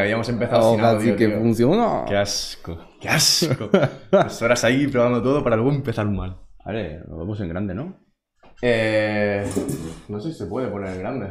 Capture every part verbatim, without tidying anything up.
habíamos empezado sin audio, Así que tío. funciona. Qué asco, qué asco. Las horas ahí probando todo para luego empezar mal. Vale, lo vemos en grande, ¿no? Eh... No sé si se puede poner en grande.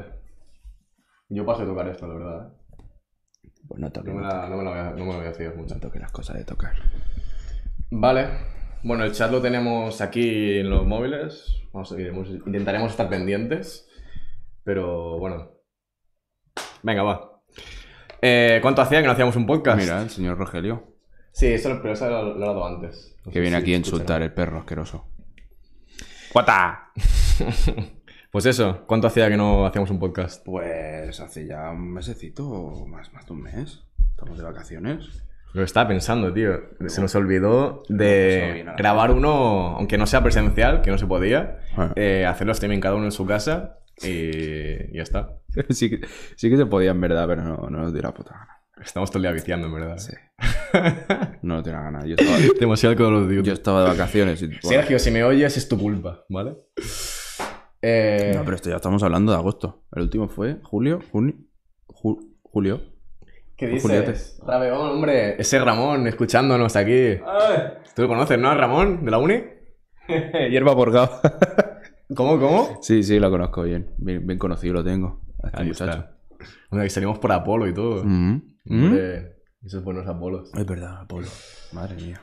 Yo paso de tocar esto, la verdad. ¿eh? Pues no toques, No me no, la, no me la voy a, no me la voy a decir mucho. no toques las cosas de tocar. Vale. Bueno, el chat lo tenemos aquí en los móviles. Vamos a iremos, intentaremos estar pendientes. Pero bueno. Venga, va. Eh, ¿Cuánto hacía que no hacíamos un podcast? Mira, el señor Rogelio. Sí, eso, pero eso lo, lo he hablado antes. No Que sé viene si aquí a escucharán. insultar el perro asqueroso. ¡Guata! Pues eso, ¿cuánto hacía que no hacíamos un podcast? Pues hace ya un mesecito o más, más de un mes. Estamos de vacaciones. Lo estaba pensando, tío. Se nos olvidó No, de bien, nada. grabar uno, aunque no sea presencial, que no se podía, Ah. eh, hacerlo streaming cada uno en su casa y ya está. sí, que, sí que se podía en verdad, pero no, no nos dio la puta gana. Estamos todo el día viciando, en verdad. Sí. No nos dio la gana. Yo estaba, Demasiado Call of Duty. yo estaba de vacaciones y... bueno, Sergio, si me oyes es tu culpa, ¿vale? Eh... no, pero esto ya estamos hablando de agosto. El último fue julio, junio, ju- julio. ¿Qué Pues, dices? Rabeón, hombre. Ese Ramón escuchándonos aquí. ¿Tú lo conoces, no, Ramón? ¿De la uni? Hierba por Gao. ¿Cómo, cómo? Sí, sí, lo conozco bien. Bien, bien conocido lo tengo. A este Ahí muchacho. está. Hombre, que salimos por Apolo y todo. Mm. Mm. Hombre, esos buenos Apolos. Es verdad, Apolo. Madre mía.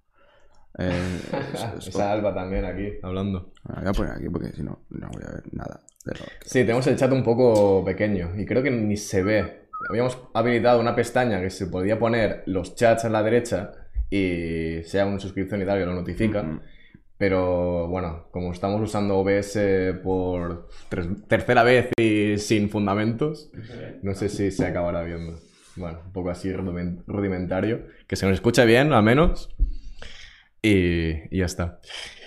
Eh, es- es- Esa Alba también aquí, hablando. Bueno, voy a poner aquí porque si no, no voy a ver nada de lo que... Sí, tenemos el chat un poco pequeño y creo que ni se ve. Habíamos habilitado una pestaña que se podía poner los chats a la derecha y sea una suscripción y tal que lo notifica. Mm. Pero bueno, como estamos usando O B S por ter- tercera vez y sin fundamentos, no sé si se acabará viendo. Bueno, un poco así rudimen- rudimentario. Que se nos escuche bien, al menos. Y, y ya está.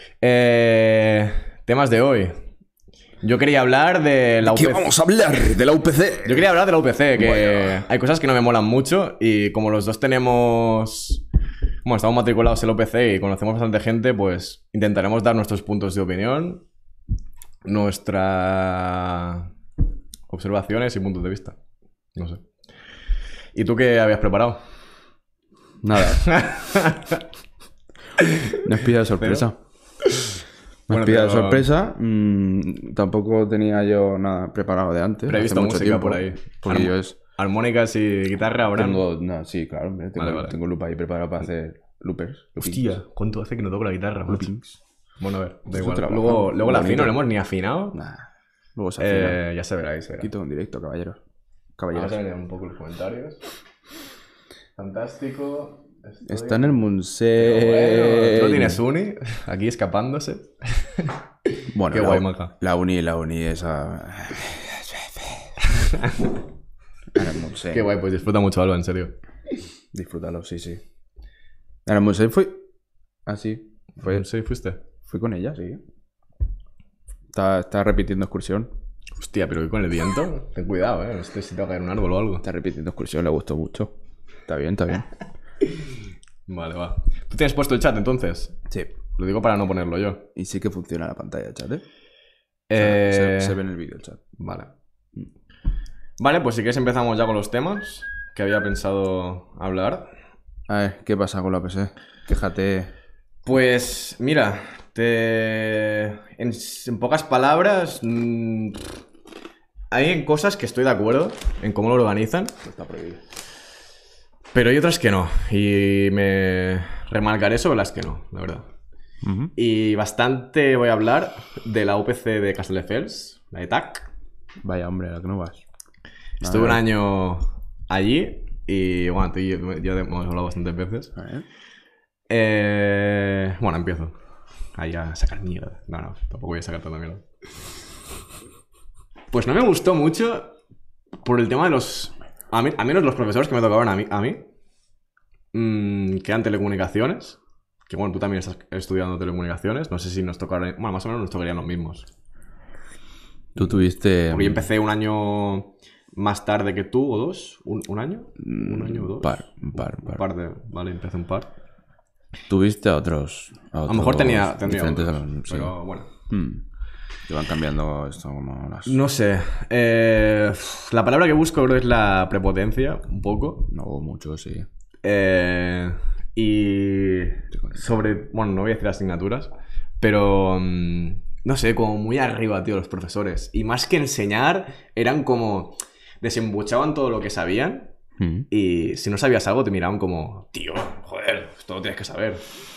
Eh, temas de hoy. Yo quería hablar de la U P C. ¿Qué vamos a hablar de la U P C? Yo quería hablar de la U P C, que Bueno. hay cosas que no me molan mucho y como los dos tenemos... Bueno, estamos matriculados en la U P C y conocemos bastante gente, pues intentaremos dar nuestros puntos de opinión, nuestras observaciones y puntos de vista. No sé. ¿Y tú qué habías preparado? Nada. Me has pillado de sorpresa. Me Bueno, has pillado de pero- sorpresa. Mm, tampoco tenía yo nada preparado de antes. Pero he hace visto mucho música tiempo, por ahí. Porque Armo- yo es... Armónicas y guitarra ahora. Tengo... No, sí, claro. hombre, Tengo, Vale, vale. tengo loop ahí preparado para hacer loopers. Hostia, ¿cuánto hace que no toco la guitarra? macho? Loopings. Bueno, a ver, da Pues igual. trabajo Luego, luego la bonito. afino, no hemos ni afinado. Nah. Luego se afina. Eh, ya se verá, ahí se verá. Quito en directo, caballeros. Vamos Caballeros. a ver un poco los comentarios. Fantástico. Estoy- Está en el Pero Monse. bueno, ¿tú no tienes uni? Aquí escapándose. Bueno, Qué la, guay, maja. la uni, la uni esa. En el Monse. Qué guay, pues disfruta mucho, Alba, en serio. Disfrútalo, sí, sí. En el Monse fui. Ah, sí. Fue, ¿Sí fuiste? fui con ella, sí. Está, está repitiendo excursión. Hostia, pero ¿y con el viento? Ten cuidado, eh. No sé si te va a caer un árbol o algo. Está repitiendo excursión, le gustó mucho. Está bien, está bien. Vale, va. ¿Tú tienes puesto el chat entonces? Sí. Lo digo para no ponerlo yo. Y sí que funciona la pantalla, chat, ¿eh? Eh... Se, se ve en el vídeo el chat. Vale. Vale, pues si quieres empezamos ya con los temas que había pensado hablar. A ver, ¿qué pasa con la P C? Quéjate. Pues mira, te... en, en pocas palabras, mmm, hay cosas que estoy de acuerdo en cómo lo organizan, Está prohibido. pero hay otras que no. Y me remarcaré sobre las que no, la verdad. Ujú. Y bastante voy a hablar de la U P C de Castelldefels, la de T A C. Vaya, hombre, a la que no vas. Estuve un ver. año allí y bueno, tú y yo ya hemos hablado bastantes veces. A ver. Eh, bueno, empiezo. Ahí a sacar mierda. No, no, tampoco voy a sacar tanta mierda. Pues no me gustó mucho por el tema de los... A mí, a menos los profesores que me tocaban a mí, a mí mmm, que eran telecomunicaciones. Que bueno, tú también estás estudiando telecomunicaciones. No sé si nos tocarían... Bueno, más o menos nos tocarían los mismos. Tú tuviste... Porque yo empecé un año más tarde que tú, o dos. ¿Un, un año? ¿Un año o dos? Par, un par, un Un par. par de... Vale, empecé un par. Tuviste a otros... A, A lo mejor tenía, tendría diferentes otros, alumnos, sí. pero bueno. Mm. Que van cambiando esto como las... No sé. Eh, la palabra que busco creo es la prepotencia, un poco. No mucho, sí. Eh, y sobre... Bueno, no voy a decir asignaturas, pero... um, no sé, como muy arriba, tío, los profesores. Y más que enseñar, eran como... Desembuchaban todo lo que sabían. Mm. Y si no sabías algo, te miraban como... Tío, joder, esto lo tienes que saber.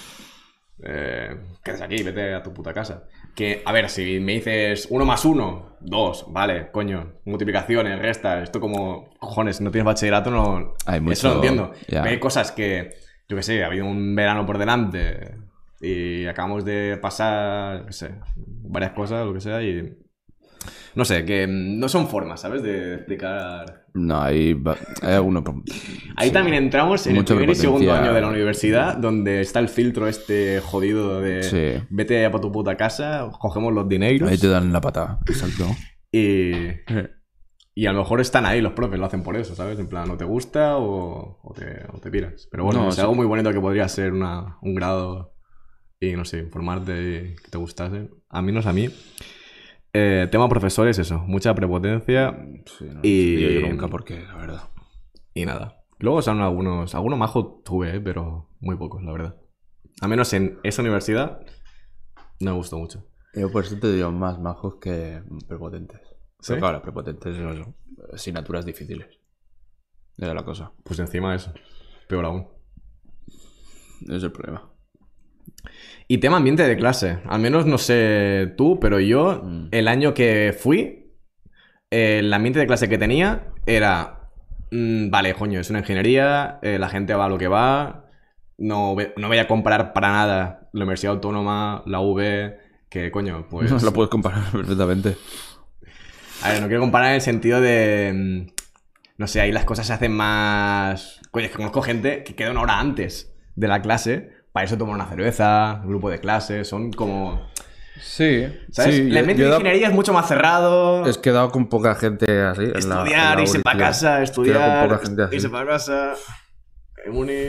Eh, ¿Qué haces aquí? Vete a tu puta casa. Que, a ver, si me dices uno más uno, dos, vale, coño, multiplicaciones, restas, esto como, cojones, no tienes bachillerato, no... Hay mucho... Eso lo entiendo. Yeah. Hay cosas que, yo qué sé, ha habido un verano por delante y acabamos de pasar, yo qué sé, varias cosas, lo que sea, y... No sé, que no son formas, ¿sabes? De explicar... No, hay, hay alguno... Ahí sí. también entramos en Mucha el primer y segundo prepotencia. año de la universidad, donde está el filtro este jodido de Sí. vete para tu puta casa, cogemos los dineros Ahí te dan la pata, exacto. y, y a lo mejor están ahí los profes, lo hacen por eso, ¿sabes? En plan, ¿no te gusta o, o, te, o te piras? Pero bueno, No, es sí. algo muy bonito que podría ser una, un grado y, no sé, informarte y que te gustase. A mí no es a mí. Eh, tema profesores, eso, mucha prepotencia Sí, no, y... yo, yo nunca porque, la verdad. Y nada. Luego son algunos... Algunos majos tuve, ¿eh? Pero muy pocos, la verdad. A menos en esa universidad no me gustó mucho. Yo por eso te digo más majos que prepotentes. ¿Sí? Pero claro, prepotentes son eso, asignaturas difíciles. Era la cosa. Pues encima de eso. Peor aún. Ese es el problema. Y tema ambiente de clase. Al menos no sé tú, pero yo, Mm. el año que fui, eh, el ambiente de clase que tenía era... mm, vale, coño, es una ingeniería, eh, la gente va a lo que va. No, ve- no voy a comparar para nada la Universidad Autónoma, la U V, que coño, pues... No lo puedes comparar perfectamente. A ver, no quiero comparar en el sentido de... mm, No sé, ahí las cosas se hacen más... Coño, es que conozco gente que queda una hora antes de la clase para eso tomar una cerveza, grupo de clase, son como... Sí, ¿Sabes? sí. El yo- ambiente yo he de dado- ingeniería es mucho más cerrado. Es que he dado con poca gente así. en la- en Estudiar, la irse uni, para tío. casa, He quedado con estudiar, poca gente así. irse para casa, en uni...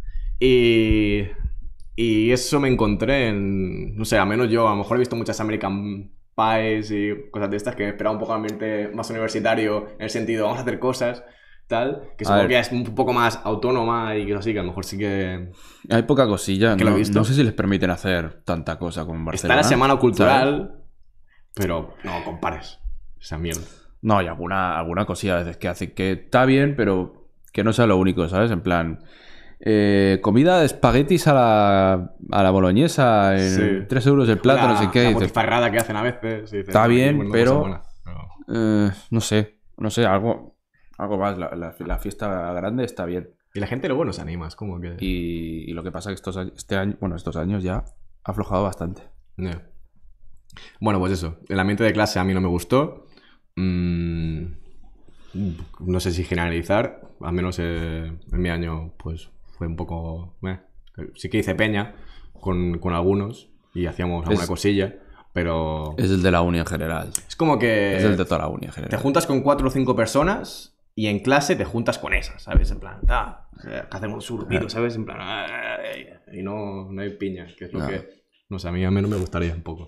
Y... Y eso me encontré en... No sé, al menos yo, a lo mejor he visto muchas American Pies y cosas de estas que me esperaba un poco ambiente más universitario, en el sentido, vamos a hacer cosas, tal, que A supongo ver. que es un poco más autónoma y que así, que a lo mejor sí que... Hay poca cosilla. ¿Que lo No, he visto? no sé si les permiten hacer tanta cosa como en Está Barcelona. la semana ¿sabes? cultural, pero no compares esa mierda. No, y alguna, alguna cosilla a veces que hace que está bien, pero que no sea lo único, ¿sabes? En plan, eh, comida de espaguetis a la, a la boloñesa en Sí. tres euros el plato, la, no sé qué. La dices, botifarrada que hacen a veces. y dices, Está "Aquí bien, poniendo pero- cosas buenas". No. eh, no sé, no sé, algo, algo más. La, la- la fiesta grande está bien. Y la gente luego no se anima, es como que... Y, y lo que pasa es que estos, años- este año, bueno, estos años ya ha aflojado bastante. No. Bueno, pues eso. El ambiente de clase a mí no me gustó. Mm, no sé si generalizar. Al menos eh, en mi año, pues fue un poco. eh. Sí que hice peña con, con algunos y hacíamos alguna Es- cosilla. Pero Es el de la uni en general. es como que es el de toda la uni en te general. juntas con cuatro o cinco personas y en clase te juntas con esas, ¿sabes? En plan, ta, que hacemos su grupito, ¿sabes? En plan, "Ay", y no, no hay piñas, que es lo No. que. No sé, a mí al menos me gustaría un poco.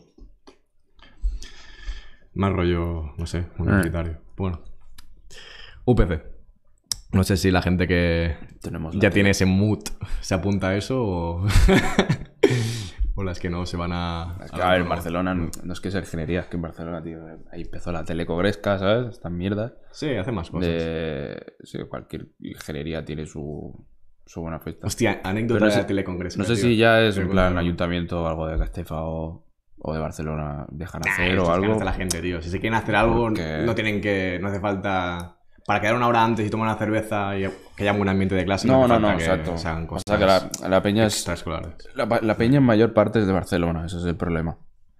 Más rollo, no sé, universitario. Bueno. U P C. No sé si la gente que Tenemos la ya tele. tiene ese mood se apunta a eso o. o las que no se van a. Es que, a ver, en Barcelona no, no es que sea ingeniería, es que en Barcelona, tío, ahí empezó la telecogresca, ¿sabes? Estas mierdas. Sí, hace más cosas. De... Sí, cualquier ingeniería tiene su, su buena fiesta. Hostia, anécdota Pero no sé- de telecongreso. No sé tío. si ya es en Pero plan bueno, ayuntamiento o algo de Castefa o, o de Barcelona dejan Nah, hacer esto o es que algo. hace la gente, tío. Si se quieren hacer algo, Porque- no tienen que. No hace falta. Para quedar una hora antes y tomar una cerveza y que haya un buen ambiente de clase. No, hace no, no, falta que exacto. se hagan O cosas sea que la, la peña es... extraescolares. La, pa- la peña en mayor parte es de Barcelona, ese es el problema.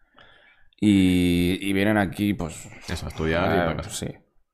Y, y vienen aquí, pues... Eso, a estudiar y eh, para casa. sí.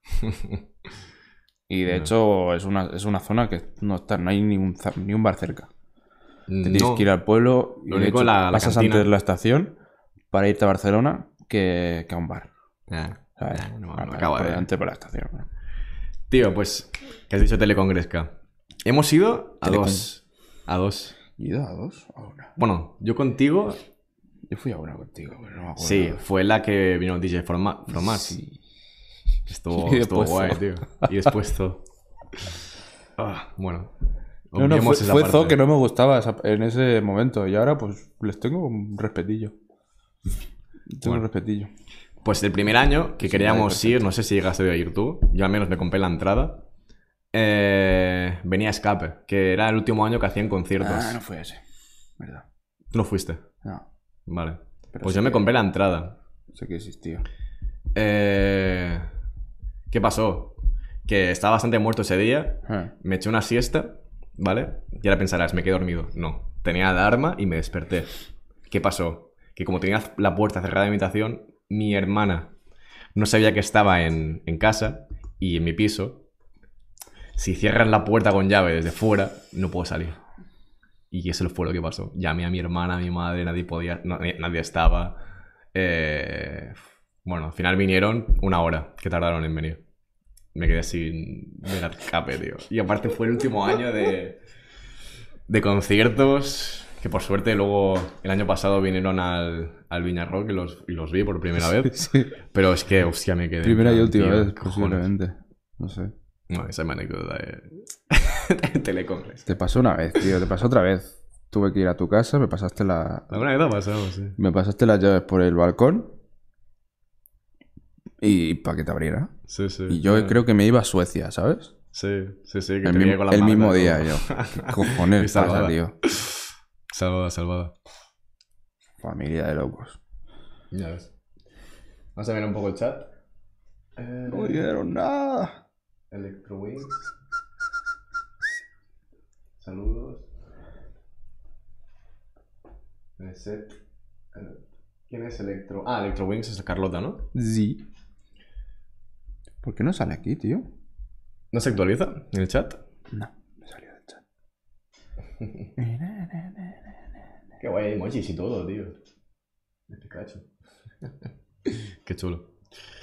Y de hecho es una, es una zona que no está, no hay ni un, za- ni un bar cerca. Te tienes No, que ir al pueblo y Lo de único, hecho, la- la pasas cantina. antes de la estación para irte a Barcelona que, que a un bar. ya, ¿Sabes? ya, no, Ah, no acaba por de- delante por la estación. ¿no? Tío, pues. Que has dicho telecongresca. Hemos ido a Telecon- dos. A dos. ¿Y ido a dos o a una? Bueno, yo contigo. Yo fui a una contigo, pero no me acuerdo. Sí, fue la que vino D J From, Ma From Mars. Sí. Estuvo, Y estuvo después guay, Zo. tío. Y después todo. Ah, bueno. No, no, fue, obviemos esa fue parte. Zo que no me gustaba esa- en ese momento. Y ahora, pues, les tengo un respetillo. Tengo un Bueno. respetillo. Pues el primer año que Sí, queríamos vale, ir, no sé si llegaste a ir tú, yo al menos me compré la entrada. Eh, venía Escape, que era el último año que hacían conciertos. Ah, no fue ese. ¿Verdad? ¿Tú no fuiste? No. Vale. Pero Pues sí yo me que- compré la entrada. Sé que existía. Eh, ¿Qué pasó? Que estaba bastante muerto ese día. Ah. Me eché una siesta, ¿vale? Y ahora pensarás, me quedé dormido. No, tenía alarma y me desperté. ¿Qué pasó? Que como tenía la puerta cerrada de mi habitación, mi hermana no sabía que estaba en, en casa y en mi piso. Si cierras la puerta con llave desde fuera, no puedo salir. Y eso fue lo que pasó. Llamé a mi hermana, a mi madre, nadie podía, no- nadie estaba. Eh, bueno, al final vinieron una hora que tardaron en venir. Me quedé sin ver Escape, tío. Y aparte fue el último año de, de conciertos, que por suerte luego el año pasado vinieron al, al Viña Rock y los, y los vi por primera vez. Sí. Pero es que, hostia, me quedé. Primera en y plan, última tío, vez, cojones. posiblemente. No sé. No, esa es mi anécdota de, de Telecom. Te pasó una vez, tío. Te pasó otra vez. Tuve que ir a tu casa, me pasaste la... ¿Alguna vez ha pasado? Sí. Me pasaste las llaves por el balcón. Y para que te abriera. Sí, sí. Y yo Ah, creo que me iba a Suecia, ¿sabes? Sí, sí, sí. Que El, te mismo, veía con la el maleta mismo y día todo. yo. ¿Qué cojones Y pasa, salvada. tío? Salvada, salvada. Familia de locos. Ya ves. Vamos a ver un poco el chat. Eh, No dijeron nada. Electrowings. Saludos. Eh, set. Eh, ¿Quién es Electro? Ah, Electrowings es Carlota, ¿no? Sí. ¿Por qué no sale aquí, tío? ¿No se actualiza en el chat? No, me salió del chat. Qué guay, hay emojis y todo, tío. De Pikachu. Qué chulo.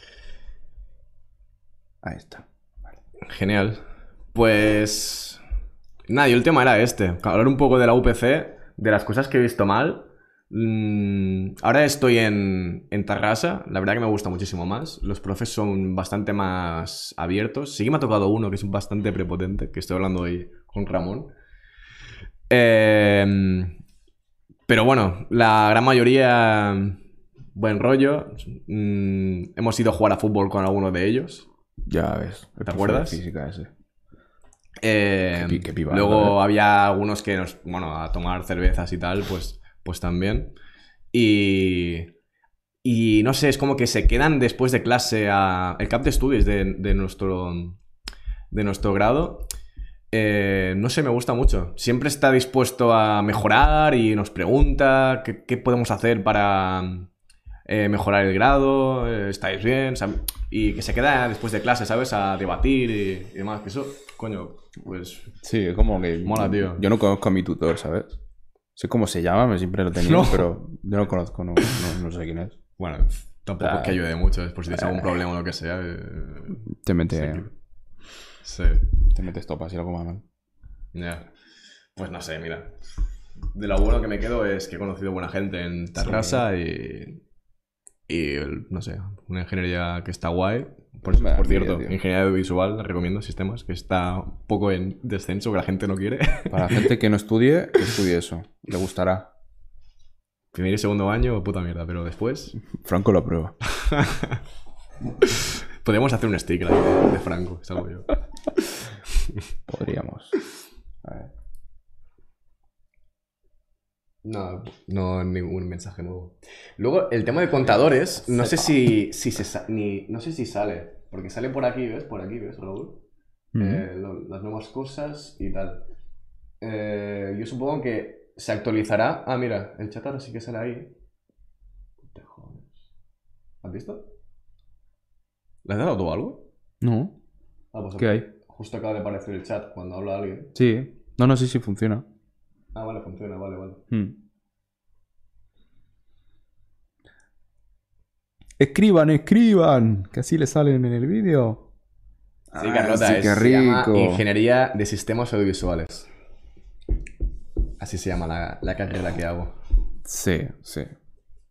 Ahí está. Genial. Pues... Nada, y el tema era este. Hablar un poco de la U P C, de las cosas que he visto mal. Mm, ahora estoy en, en Tarrasa. La verdad que me gusta muchísimo más. Los profes son bastante más abiertos. Sí que me ha tocado uno que es bastante prepotente, que estoy hablando hoy con Ramón. Eh, pero bueno, la gran mayoría... Buen rollo. Mm, hemos ido a jugar a fútbol con algunos de ellos. Ya ves. el ¿Te profe acuerdas? de física ese. Eh, Qué pi- qué pibado, luego ¿eh? había algunos que nos, bueno, a tomar cervezas y tal, pues, pues también. Y, y no sé, es como que se quedan después de clase a, el cap de estudios de, de nuestro, de nuestro grado. Eh, no sé, me gusta mucho. Siempre está dispuesto a mejorar y nos pregunta qué, qué podemos hacer para eh, mejorar el grado, eh, estáis bien, o sea, y que se queda después de clase, ¿sabes? A debatir y, y demás. Que eso, coño, pues... Sí, es como que... Mola, tío. Yo no conozco a mi tutor, ¿sabes? Sé cómo se llama, me siempre lo he tenido, No. pero yo no conozco, no, no, no sé quién es. Bueno, tampoco es que ayude mucho, es por si tienes algún Eh. problema o lo que sea. eh, Te mete... sí, que- sí, Te metes topas y algo más mal. ya. Pues no sé, mira. De lo bueno que me quedo es que he conocido buena gente en Tarrasa y... Y, el- no sé, una ingeniería que está guay. Por, Me da por envidia, cierto, tío. ingeniería audiovisual, recomiendo sistemas, que está un poco en descenso, que la gente no quiere. Para la gente que no estudie, que estudie eso. Le gustará. Primer y segundo año, puta mierda, pero después... Franco lo aprueba. Podríamos hacer un sticker ahí de, de Franco, salvo yo. Podríamos. A ver. No, no ningún mensaje nuevo. Luego, el tema de contadores, no sé si, si se sa- ni, no sé si sale, porque sale por aquí, ¿ves? Por aquí, ¿ves, Raúl? Eh, lo- las nuevas cosas y tal. Eh, yo supongo que se actualizará. Ah, mira, el chat ahora sí que sale ahí. Te jodes. ¿Has visto? ¿Le has dado tú algo? No. Ah, pues ¿Qué hay? justo acaba de aparecer el chat cuando habla alguien. Sí. No, no sé si funciona. Ah, vale, funciona, vale, vale. Hmm. Escriban, escriban, que así le salen en el vídeo. Sí, Ah, Carlota, sí, es- qué se llama rico. Ingeniería de Sistemas Audiovisuales. Así se llama la, la carrera que hago. Sí, sí.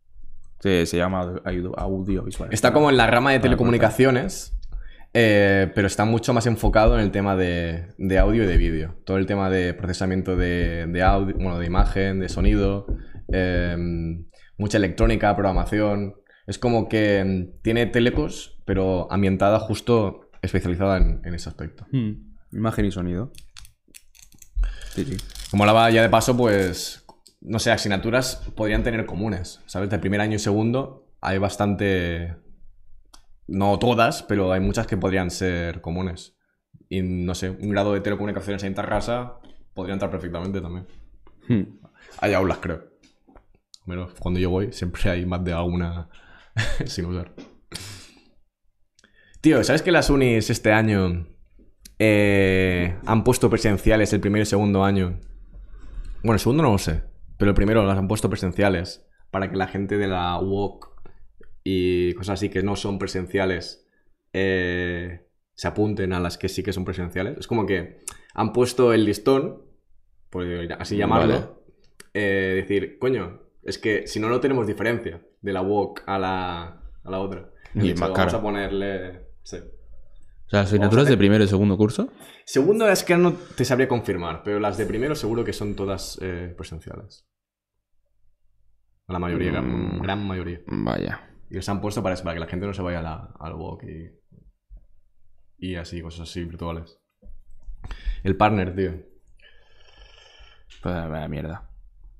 Sí, se llama audio- audiovisual. Está como en la rama de telecomunicaciones, eh, pero está mucho más enfocado en el tema de, de audio y de vídeo. Todo el tema de procesamiento de, de audio, bueno, de imagen, de sonido, eh, mucha electrónica, programación. Es como que mm, tiene telecos, pero ambientada justo especializada en, en ese aspecto. Hmm. Imagen y sonido. Sí, sí. Como hablaba ya de paso, pues, no sé, asignaturas podrían tener comunes, ¿sabes? De primer año y segundo hay bastante... No todas, pero hay muchas que podrían ser comunes. Y, no sé, un grado de telecomunicaciones en Tarrasa podría entrar perfectamente también. Hmm. Hay aulas, creo. Menos cuando yo voy, siempre hay más de alguna sin usar. Tío, ¿sabes que las unis este año eh, han puesto presenciales el primer y segundo año? Bueno, el segundo no lo sé, pero el primero las han puesto presenciales para que la gente de la U O C y cosas así que no son presenciales eh, se apunten a las que sí que son presenciales. Es como que han puesto el listón, por así llamarlo, Vale. eh, decir, coño, es que si no, no tenemos diferencia de la U O C a la, a la otra. Y Han es dicho, más vamos cara. a ponerle... Sí. O sea, asignaturas Vamos a de hacer- primero y segundo curso. Segundo es que no te sabría confirmar, pero las de primero seguro que son todas eh, presenciales. La mayoría, gran, Mm. gran mayoría. Vaya. Y los han puesto para eso, para que la gente no se vaya a la, al walk y, y así, cosas así virtuales. El partner, tío. Pues vaya mierda.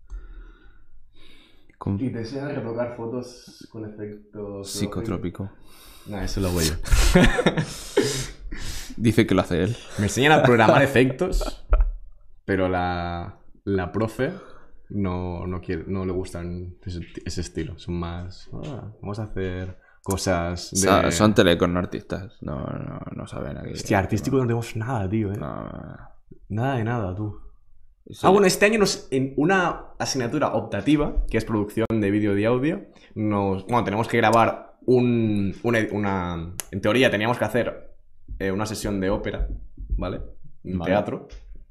Con- te enseñan a retocar fotos con efectos... Psicotrópico. Nah, eso lo hago yo. Dice que lo hace él. Me enseñan a programar efectos, pero la, la profe no, no, quiere, no le gustan ese, ese estilo. Son más... "Ah, vamos a hacer cosas de... Son, son telecom, no artistas. No, no, no saben aquí. Hostia, artístico no tenemos nada, tío, eh. No, no. Nada de nada, tú. Eso Ah, ya- bueno, este año nos, en una asignatura optativa, que es producción de vídeo y audio, nos, bueno, tenemos que grabar un, una, una... En teoría teníamos que hacer eh, una sesión de ópera, ¿vale? Un Vale. teatro.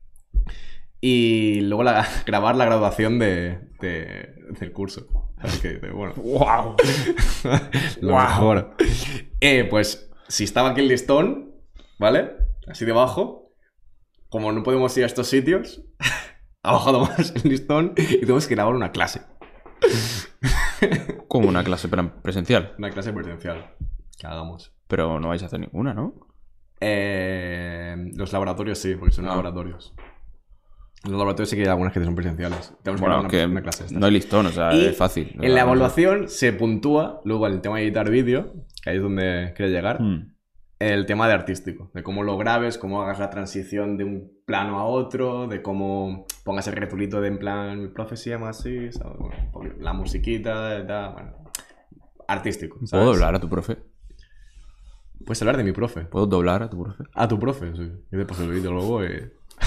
Y luego la, grabar la graduación de, de- del curso. Así que, de- bueno, ¡Wow! lo Guau. mejor. Eh, pues, si estaba aquí el listón, ¿vale? Así debajo. Como no podemos ir a estos sitios, ha bajado más el listón y tenemos que grabar una clase. Como una clase pre- presencial. Una clase presencial que hagamos. Pero no vais a hacer ninguna, ¿no? Eh, los laboratorios sí, porque son Ah. laboratorios. En los laboratorios sí que hay algunas que son presenciales. Tenemos que Bueno, grabar que una, una clase. de estas. no hay listón, o sea, Y es fácil. En la evaluación se puntúa, luego en el tema de editar vídeo, que ahí es donde quiero llegar, Hmm. el tema de artístico, de cómo lo grabes, cómo hagas la transición de un plano a otro, de cómo pongas el retulito de en plan, mi profe se llama así, ¿sabes? Bueno, un poquito- la musiquita, tal, bueno, artístico, ¿sabes? ¿Puedo doblar a tu profe? Puedes hablar de mi profe. ¿Puedo doblar a tu profe? A tu profe, sí. Yo te paso el vídeo luego y...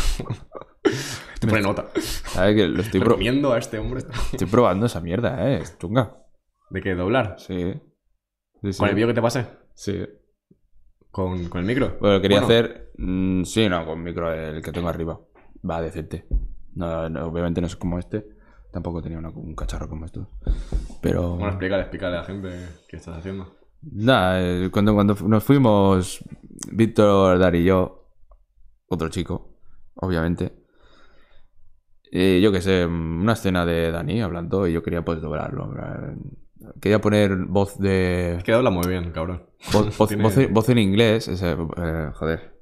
te pone nota. ¿Sabes que lo estoy, pro- Recomiendo a este hombre. estoy probando esa mierda, eh? Es chunga. ¿De qué? ¿Doblar? Sí. Sí, sí. ¿Con el vídeo que te pasé? Sí. ¿Con, con el micro? Bueno, quería Bueno, hacer... mm, sí, no, con micro, el que tengo arriba. Va decente. No, no, obviamente no es como este. Tampoco tenía una- un cacharro como estos. Pero... Bueno, explícale, explícale a la gente qué estás haciendo. Nada, eh, cuando, cuando nos fuimos, Víctor, Dar y yo, otro chico, obviamente. Eh, yo qué sé, una escena de Dani hablando y yo quería pues doblarlo. en plan, Quería poner voz de... Es que habla muy bien, cabrón. Voz, voz- Tiene- voz en- voz en inglés. ese, eh, joder.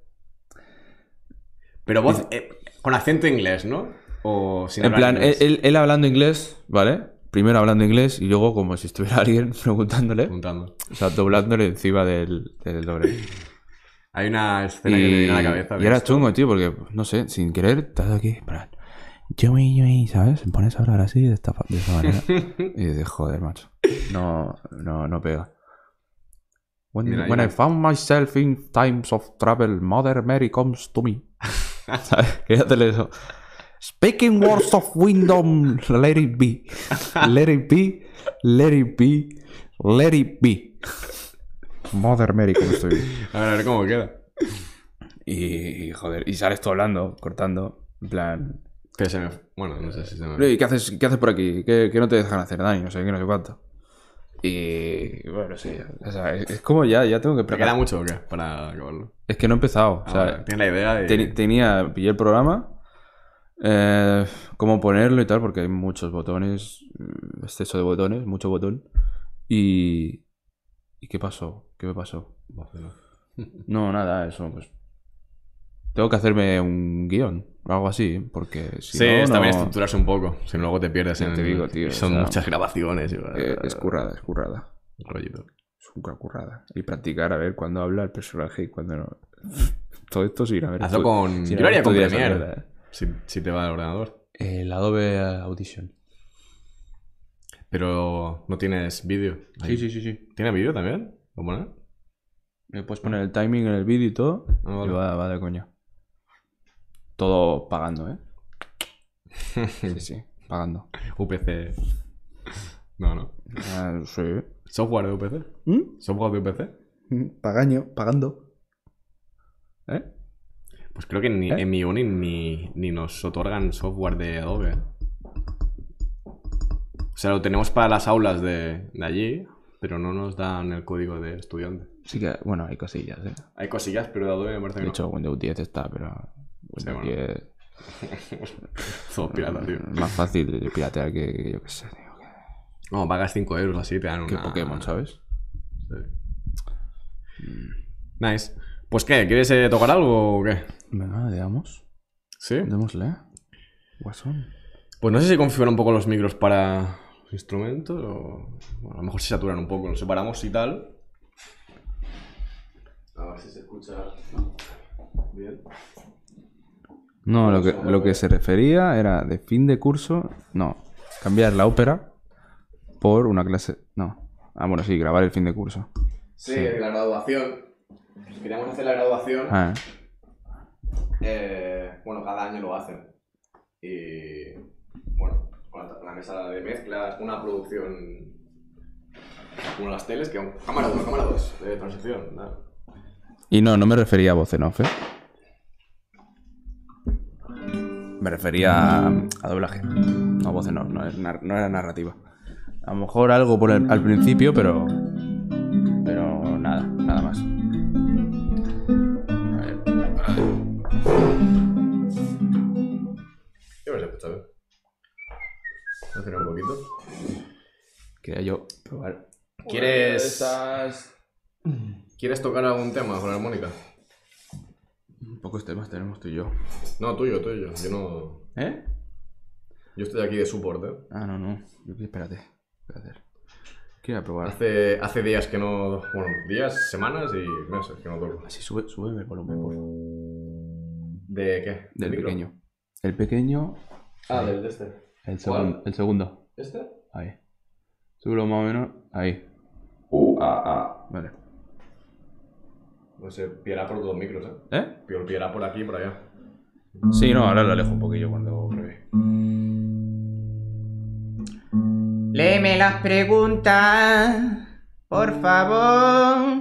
Pero voz eh, con acento inglés, ¿no? O sin En hablar plan, él, inglés. él- él hablando inglés, ¿vale? Primero hablando inglés y luego como si estuviera alguien preguntándole. Preguntando. O sea, doblándole encima del, del doble. Hay una escena que me Y, viene a la cabeza. de y era esto. chungo, tío, porque, no sé, sin querer, estás aquí, en plan, yo me, yo me, ¿sabes? Me pones a hablar así, de esta, fa- de esta manera. Y dices, joder, macho. No, no, no pega. When, Mira, hay when I una- found myself in times of trouble, Mother Mary comes to me. ¿Sabes? Quería hacerle eso. Speaking words of wisdom, let it be. Let it be, let it be, let it be. Mother Mary comes to me. A ver, a ver cómo queda. Y, y, joder, y sales tú hablando, cortando, en plan... Que se me... Bueno, no sé si se me... "Ey, ¿Qué haces, ¿Qué haces por aquí? ¿Qué, qué no te dejan hacer, Dani? No sé qué, no sé cuánto. Y bueno, sí. O sea, es, es como ya, ya tengo que ¿Te preparar. queda mucho o qué? Para acabarlo. Es que no he empezado. Ah, o sea, vale, tienes la idea y... ten- tenía, pillé el programa, eh, cómo ponerlo y tal, porque hay muchos botones, mm, exceso de botones, mucho botón. Y... ¿Y qué pasó? ¿Qué me pasó? No, nada, eso, pues... Tengo que hacerme un guión o algo así, porque si Sí, no, está bien no... estructurarse un poco. Si no, luego te pierdes Ya en... te digo, tío, y son o sea, muchas grabaciones. Y... eh, es currada, es currada. Rollito. Es una currada. Y practicar a ver cuándo habla el personaje y cuándo no. Todo esto sin haber Hazlo estu- con... sin Yo lo haber haría con estudiado esa Premiere. mierda, eh. Si, si te va el ordenador. El Adobe Audition. Pero no tienes vídeo. Sí, sí, sí, sí. ¿Tiene vídeo también? ¿Lo poner? Me puedes poner el timing en el vídeo y todo. Ah, vale. Y va, va de coña. Todo pagando, ¿eh? Sí, sí, pagando. U P C. No, no. Ah, sí. ¿Software de U P C? ¿Mm? ¿Software de U P C? Pagaño, pagando. ¿Eh? Pues creo que ni, ¿Eh? en mi uni ni, ni nos otorgan software de Adobe. O sea, lo tenemos para las aulas de, de allí, pero no nos dan el código de estudiante. Sí que, bueno, hay cosillas, ¿eh? Hay cosillas, pero de Adobe me parece que De no. hecho, Windows diez está, pero... Windows Sí, bueno. diez... Todo pirata, tío. Es más fácil de piratear que, que yo qué sé, tío. Que, No, pagas cinco euros así, te dan una... que Pokémon, ¿sabes? Sí. Nice. Pues ¿qué? ¿Quieres eh, tocar algo o qué? Venga, le damos. ¿Sí? Démosle. Guasón. Pues no sé si configuran un poco los micros para instrumentos o... Bueno, a lo mejor se saturan un poco, los separamos y tal. A ver si se escucha bien. No, lo que, lo que se refería era de fin de curso. No, cambiar la ópera por una clase. No. Ah, bueno, sí, grabar el fin de curso. Sí, la graduación. Queríamos hacer la graduación. Ah, Eh, bueno, cada año lo hacen. Y bueno, con la, la mesa de mezclas, una producción como las teles, que cámara uno, cámara dos, de transición. Nada. y no, no me refería a voz en off, ¿eh? Me refería a, a doblaje. No, voz en off, no, es nar- no era narrativa. A lo mejor algo por el- al principio, pero. Pero nada, nada más. A ver. Yo me lo he escuchado. Voy a hacer un poquito. Quería yo probar. ¿Quieres, ¿Quieres tocar algún tema con la armónica? Pocos temas tenemos tú y yo. No, tuyo, tuyo. Yo no. ¿Eh? Yo estoy aquí de support, ¿eh? Ah, no, no. Yo, espérate. Espérate. Quiero probar. Hace, hace días que no. Bueno, días, semanas y meses que no toco. Así sube, sube el volumen, por favor. ¿De qué? Del micro? pequeño. El pequeño. Ah, del de este. El ¿Cuál? segundo. El segundo. ¿Este? Ahí. Súbelo más o menos. Ahí. Uh, ah, ah. Vale. No sé, pillará por dos micros, ¿eh? ¿Eh? Pillará por aquí y por allá. Sí, no, ahora lo alejo un poquillo cuando pruebe. Léeme las preguntas, por favor.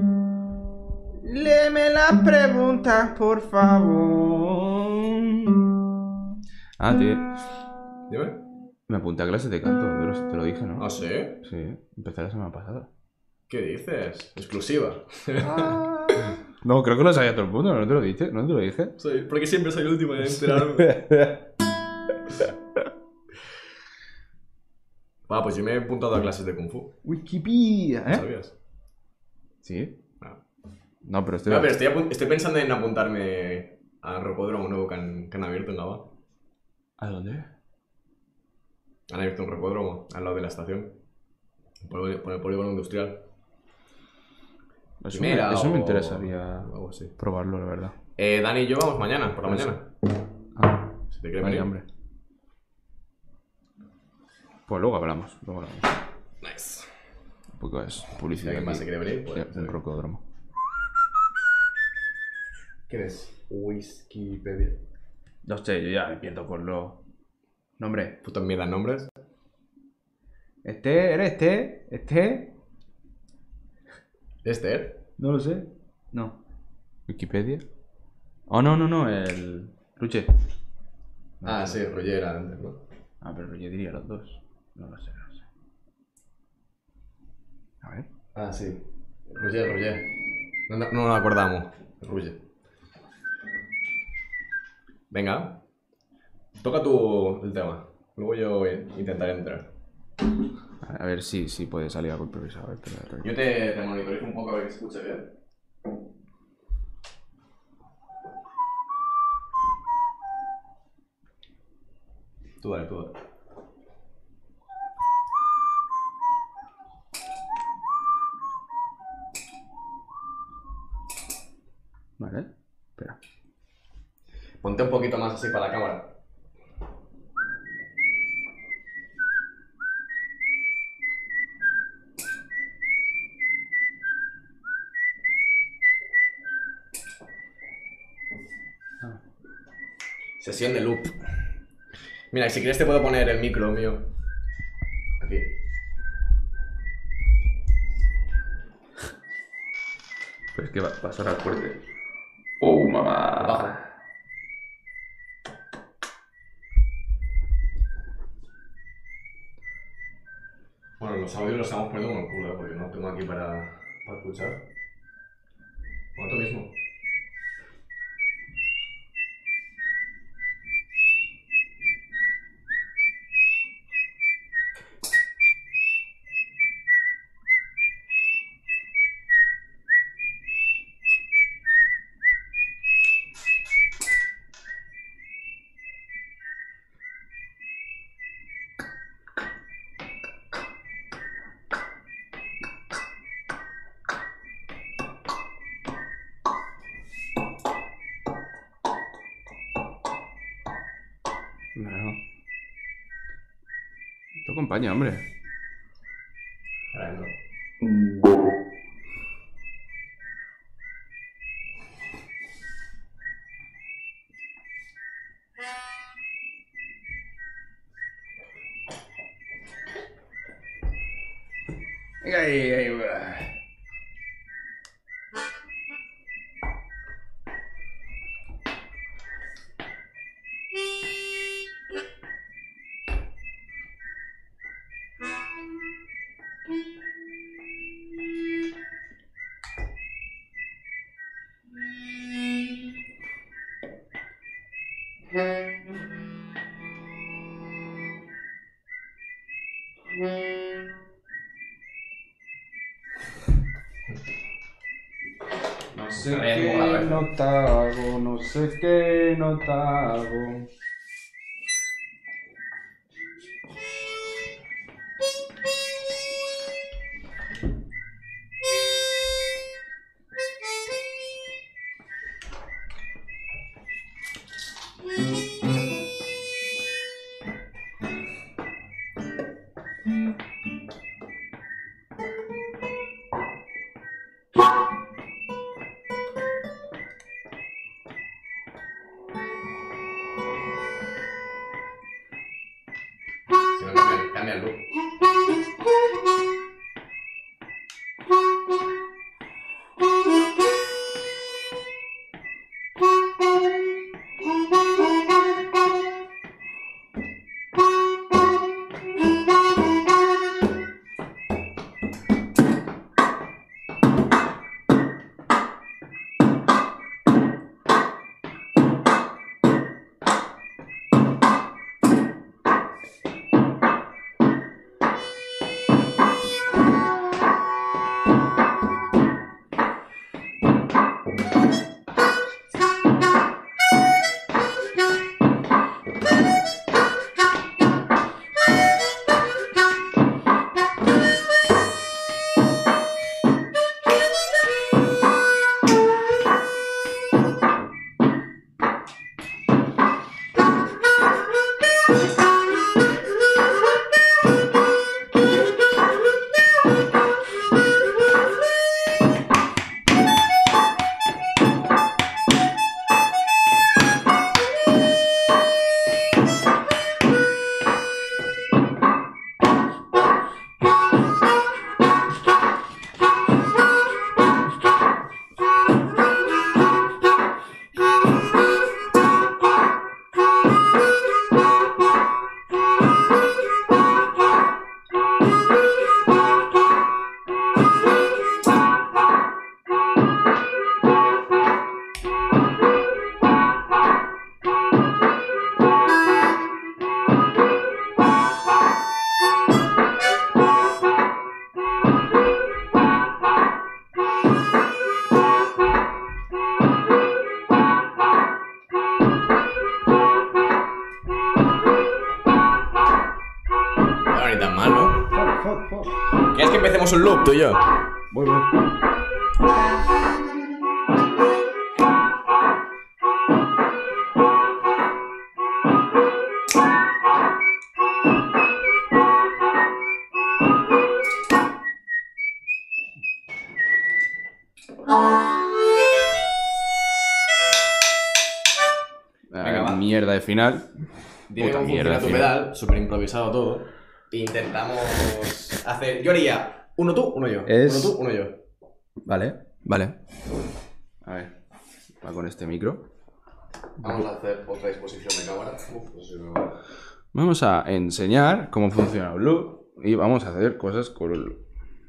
Léeme las preguntas, por favor. Ah, tío. Dime. Me apunté a clases de canto. Te lo, te lo dije, ¿no? ¿Ah, sí? Sí. Empecé la semana pasada. ¿Qué dices? Exclusiva. No, creo que lo sabía todo el mundo. ¿No te lo dije? ¿No te lo dije? Soy, porque siempre soy el último en enterarme. Va, pues yo me he apuntado a clases de Kung Fu. Wikipedia, ¿No sabías? Sí. No. No, pero estoy... No, pero estoy, apu- estoy pensando en apuntarme al rocódromo nuevo que han, que han abierto en Gaba. ¿A dónde? Han abierto un rocódromo al lado de la estación. Por el, por el polígono industrial. Eso, Primera me, eso me o- interesaría o algo así. probarlo, la verdad. Eh, Dani y yo vamos mañana, por la Pues- mañana. Ah, Si te quieres vaya venir. hambre. Pues luego hablamos. Luego hablamos. Nice. Un poco es Si publicidad. alguien más se aquí. quiere venir, pues. Sí, un rocódromo. ¿Quién es? Wikipedia. No sé, yo ya me pierdo con los nombres. Puta mierda, nombres. Este, ¿eres este? ¿Este? ¿Este, eh? No lo sé. No. ¿Wikipedia? Oh, no, no, no, el... Luche. No Ah, lo sé. sí, Roger antes, ¿no? Ah, pero yo diría los dos. No lo sé, no lo sé. A ver. Ah, sí. Roger, Roger. No, no, no nos acordamos. Roger. Venga. Toca tú el tema. Luego yo intentaré entrar. A ver si, si puede salir algo improvisado. A ver, espera, espera. Yo te, te monitorizo un poco a ver que se escuche bien. Tú dale, tú dale. Vale. Espera. Ponte un poquito más así para la cámara. Sesión de loop. Mira, si quieres te puedo poner el micro mío. Aquí. Pues es que va, va a sonar fuerte. ¡Oh, mamá! Bajo. Bueno, los audios los estamos poniendo con el culo, ¿eh? Porque no tengo aquí para, para escuchar. Bueno, tú mismo. No. Te acompaña, hombre. Ahora entro. Venga, ahí, ahí, va. No sé qué nota hago, no sé qué nota hago. Si no, cambia, cambia el loop. ¿Quieres que empecemos un loop, tú y yo? Voy, voy. Venga, Ah, va. mierda de final. Dime Puta cómo mierda funciona tu de final. pedal, súper improvisado todo. E intentamos hacer... Yo haría uno tú, uno yo. Es- Uno tú, uno yo. Vale, vale. A ver, va con este micro. Vamos a hacer otra disposición de cámara. Uf, no sé cómo va. Vamos a enseñar cómo funciona el loop y vamos a hacer cosas con el loop.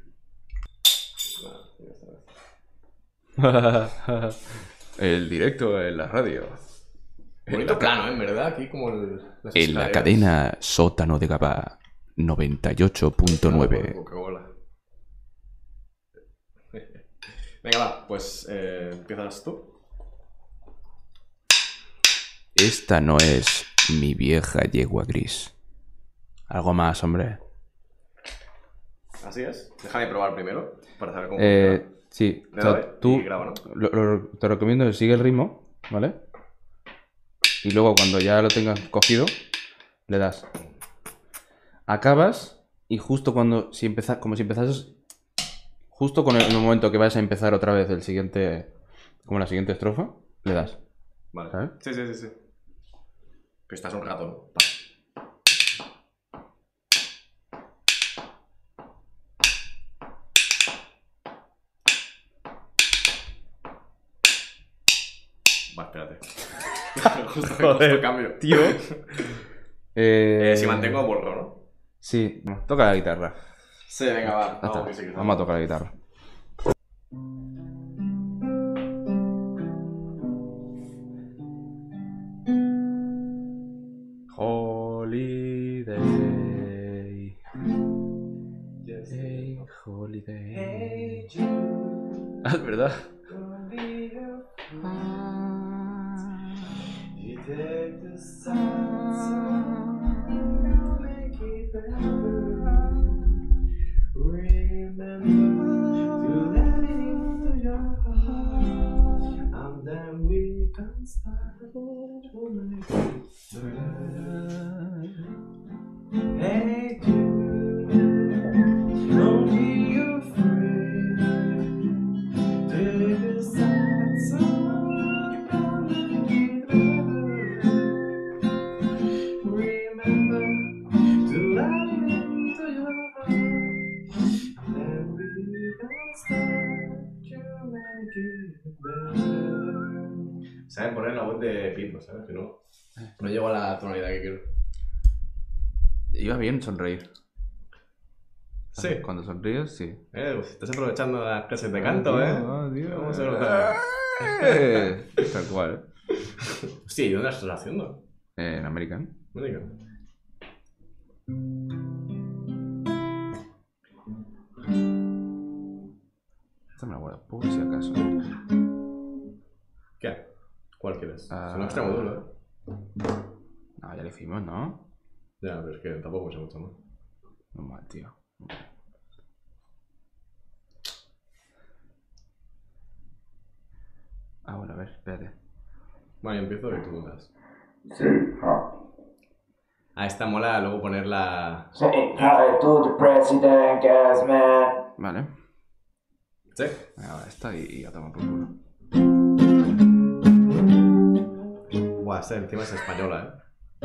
El directo en la radio. Bonito plano, ¿eh? En verdad, aquí como el... las En la escaleras. cadena Sótano de Gabá noventa y ocho punto nueve. Coca-Cola. Venga, va, pues eh, empiezas tú. Esta no es mi vieja yegua gris. Algo más, hombre. Así es. Déjame probar primero para saber cómo Eh, funciona. sí, o Le sea, doy tú y grabo, ¿no? lo- lo- te recomiendo que sigue el ritmo, ¿vale? Y luego cuando ya lo tengas cogido, le das. Acabas y justo cuando, si empezas, como si empezases, justo con el, en el momento que vas a empezar otra vez el siguiente, como la siguiente estrofa, le das. Vale. ¿Sabes? Sí, sí, sí, sí. Pero estás un rato, ¿no? Va, espérate. justo, justo cambio. tío. Eh, Eh, si mantengo borro, ¿no? Sí, no, toca la guitarra. Sí, venga, va. Ya está. Vamos, que sí, que sí. Vamos a tocar la guitarra. Holiday. Hey, holiday. Ah, es verdad. Hey, Jude, don't be afraid. Take a sad song and make it better. Remember to let it into your heart, and then we can start to make it better. Saben poner la voz de Pito, ¿sabes? Que no, no llego a la tonalidad que quiero. Iba bien sonreír. Sí. Cuando sonríes, sí. Eh, pues, estás aprovechando las clases de canto, ¿eh? Ah, tío. Vamos a ver. Eh, Tal cual. Sí, ¿y dónde la estás haciendo? Eh, en American. Mónica. Esta me la guardo por si acaso. ¿Qué? ¿Cuál quieres? Ah. Suena extremo duro, ¿eh? No, ya lo hicimos, ¿no? Ya, pero es que tampoco sé mucho más. No mal, tío. Ah, bueno, a ver, espérate. Bueno, yo empiezo y tú das. Ah, esta mola luego poner la... Say hi to the president, guys, man. Vale. ¿Sí? Venga, va, esta y, y ya toma por culo. Buah, esta encima es española, ¿eh?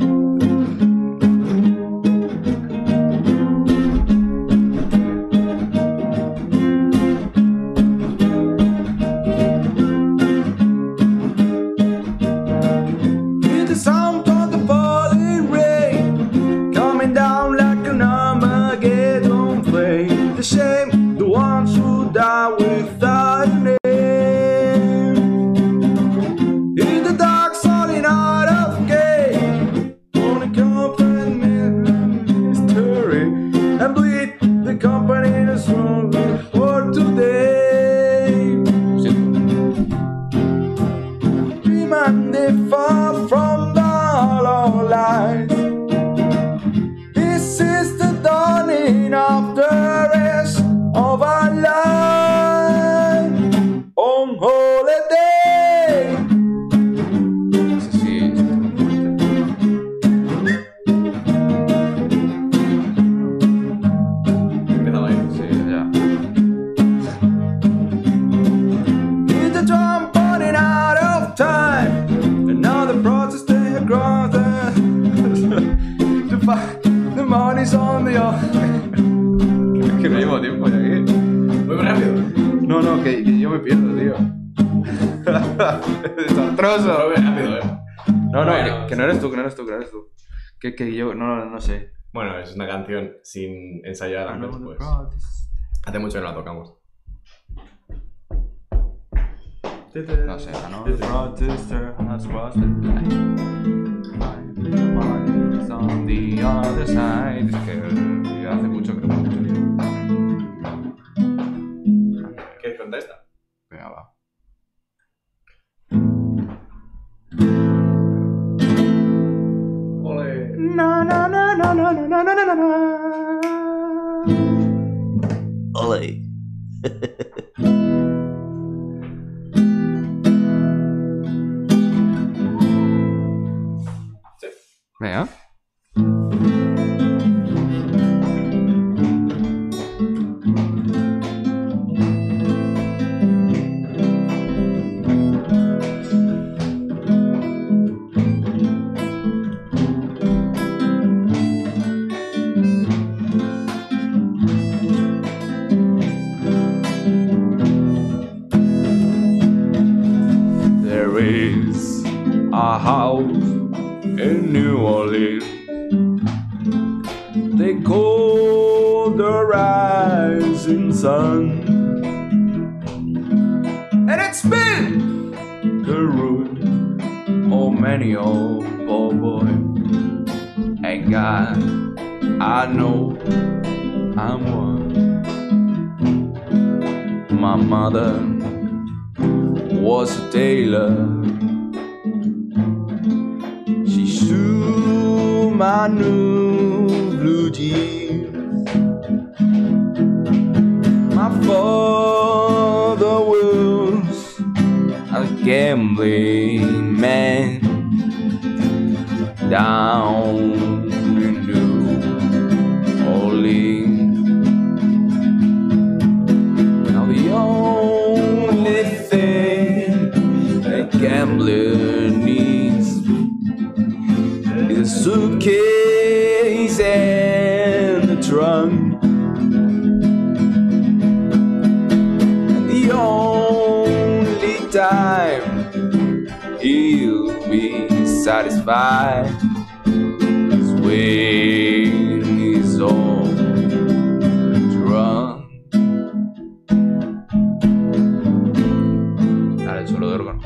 Hear the sound of the falling rain coming down like an Armageddon plane. The shame, the ones who die without a name. In the dark, falling out of gate, on a company mystery, and bleed the company is stronger for today. Dream they far from the hollow light. This is the dawning of the que no llevo tiempo ya aquí. Muy rápido. No, no, que, que yo me pierdo, tío. Desastroso. Muy rápido, eh. No, no, Bueno, que, que no eres tú, que no eres tú, que no eres tú. Que, que yo, no, no sé. Bueno, es una canción sin ensayar Ah, antes, no, pues. no, Hace mucho que no la tocamos. no sé, no. Protester has crossed the line. On the other side. Es que hace mucho que no me escucho. ¿Quieres contar esta? Venga, va. Ole. Na na na na na na na na na na. Ole. Venga. There is a house in New Orleans. They call the rising sun, and it's been the root of many old poor boy. And God, I know I'm one. My mother was a tailor. She sewed my new blue jeans. My father was a gambling man down in New Orleans. Now the only thing a gambler needs is a suitcase and a trunk. And the only time he'll be satisfied is when he's all drunk. Ahora el solo de órgano.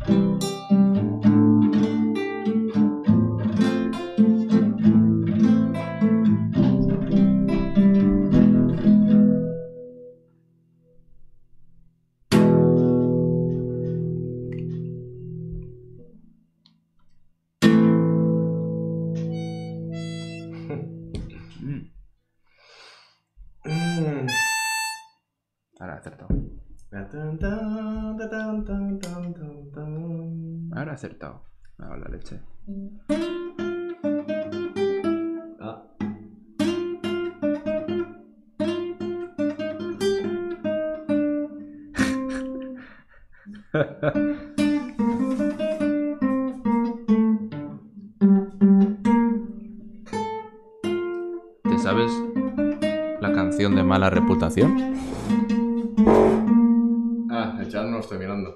Ahora he acertado. Ahora he acertado. Me hago la leche. Ah. ¿Te sabes la canción de Mala Reputación? Ah, el chat no lo estoy mirando.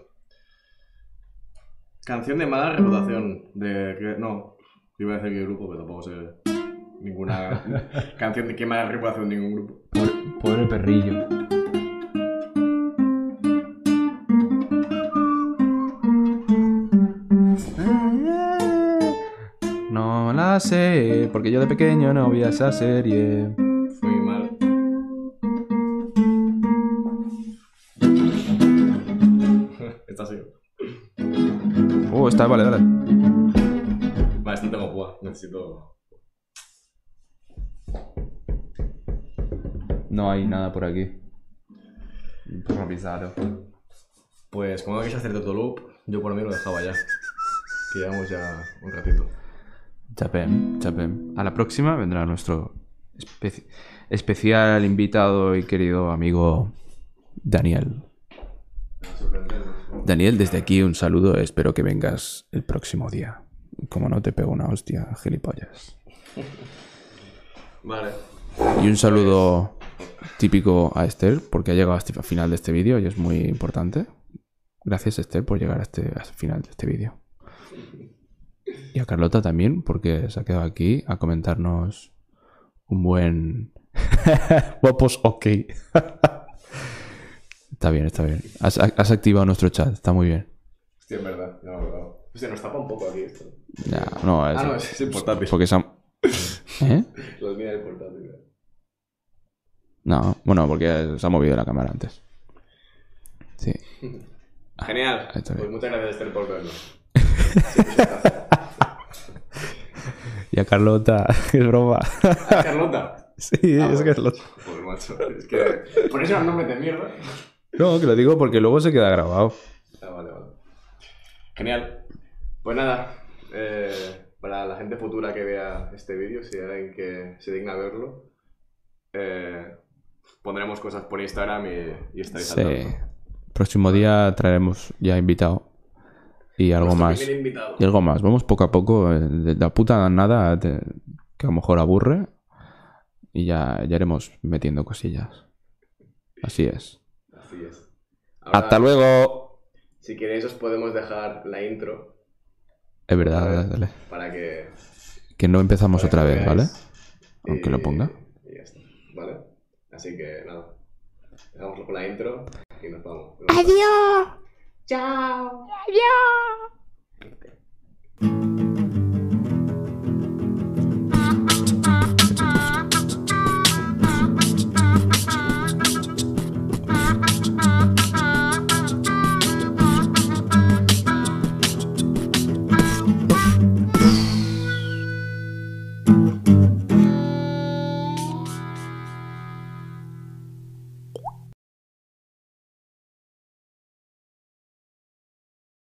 Canción de mala reputación. De que. No. Iba a decir qué grupo, pero tampoco sé ninguna canción de qué mala reputación de ningún grupo. Pobre, pobre perrillo. No la sé, porque yo de pequeño no vi esa serie. Muy mal. Esta sí. Oh, está, vale, dale. Vale, esta no tengo púa. Necesito. No hay nada por aquí. Improvisado. Pues como no quieres hacer todo loop, yo por mí lo dejaba ya. Que llevamos ya un ratito. Chapem, chapem. A la próxima vendrá nuestro espe- especial invitado y querido amigo Daniel. Daniel, desde aquí un saludo. Espero que vengas el próximo día. Como no te pego una hostia, gilipollas. Vale. Y un saludo típico a Esther, porque ha llegado hasta el final de este vídeo y es muy importante. Gracias, Esther, por llegar a este, al final de este vídeo. Y a Carlota también, porque se ha quedado aquí a comentarnos un buen... Guapos, ok. Está bien, está bien. Has, has activado nuestro chat, está muy bien. Hostia, es verdad, no me acordaba. Se nos tapa un poco aquí esto. Ya, no, es, Ah, no, es, es el portátil. porque se ha- ¿Eh? Lo mira el portátil. No, bueno, porque se ha movido la cámara antes. Sí. Genial. Ahí está Pues bien. muchas gracias, Esther, por vernos. Y a Carlota, es broma. Ah, Carlota. Sí, Ah, es bueno. Carlota. Joder, macho. Es que... Por eso el nombre de mierda. No, que lo digo porque luego se queda grabado. Ah, vale, vale. Genial. Pues nada, eh, para la gente futura que vea este vídeo, si hay alguien que se digna verlo, eh, pondremos cosas por Instagram y, y estaréis al Sí. tanto. Próximo día traeremos ya invitado. Y algo Nuestro más. primer invitado. Y algo más. Vamos poco a poco. eh, De la puta nada, te- que a lo mejor aburre. Y ya, ya iremos metiendo cosillas. Así es. Así es. Ahora, ¡Hasta luego! si queréis os podemos dejar la intro Es otra verdad, vez, dale. para que... Que no empezamos para otra que vez, ¿vale? veáis. Aunque Y- lo ponga. Y ya está, ¿vale? Así que nada, dejámoslo con la intro y nos vamos. Adiós. ¡Chao! Adiós.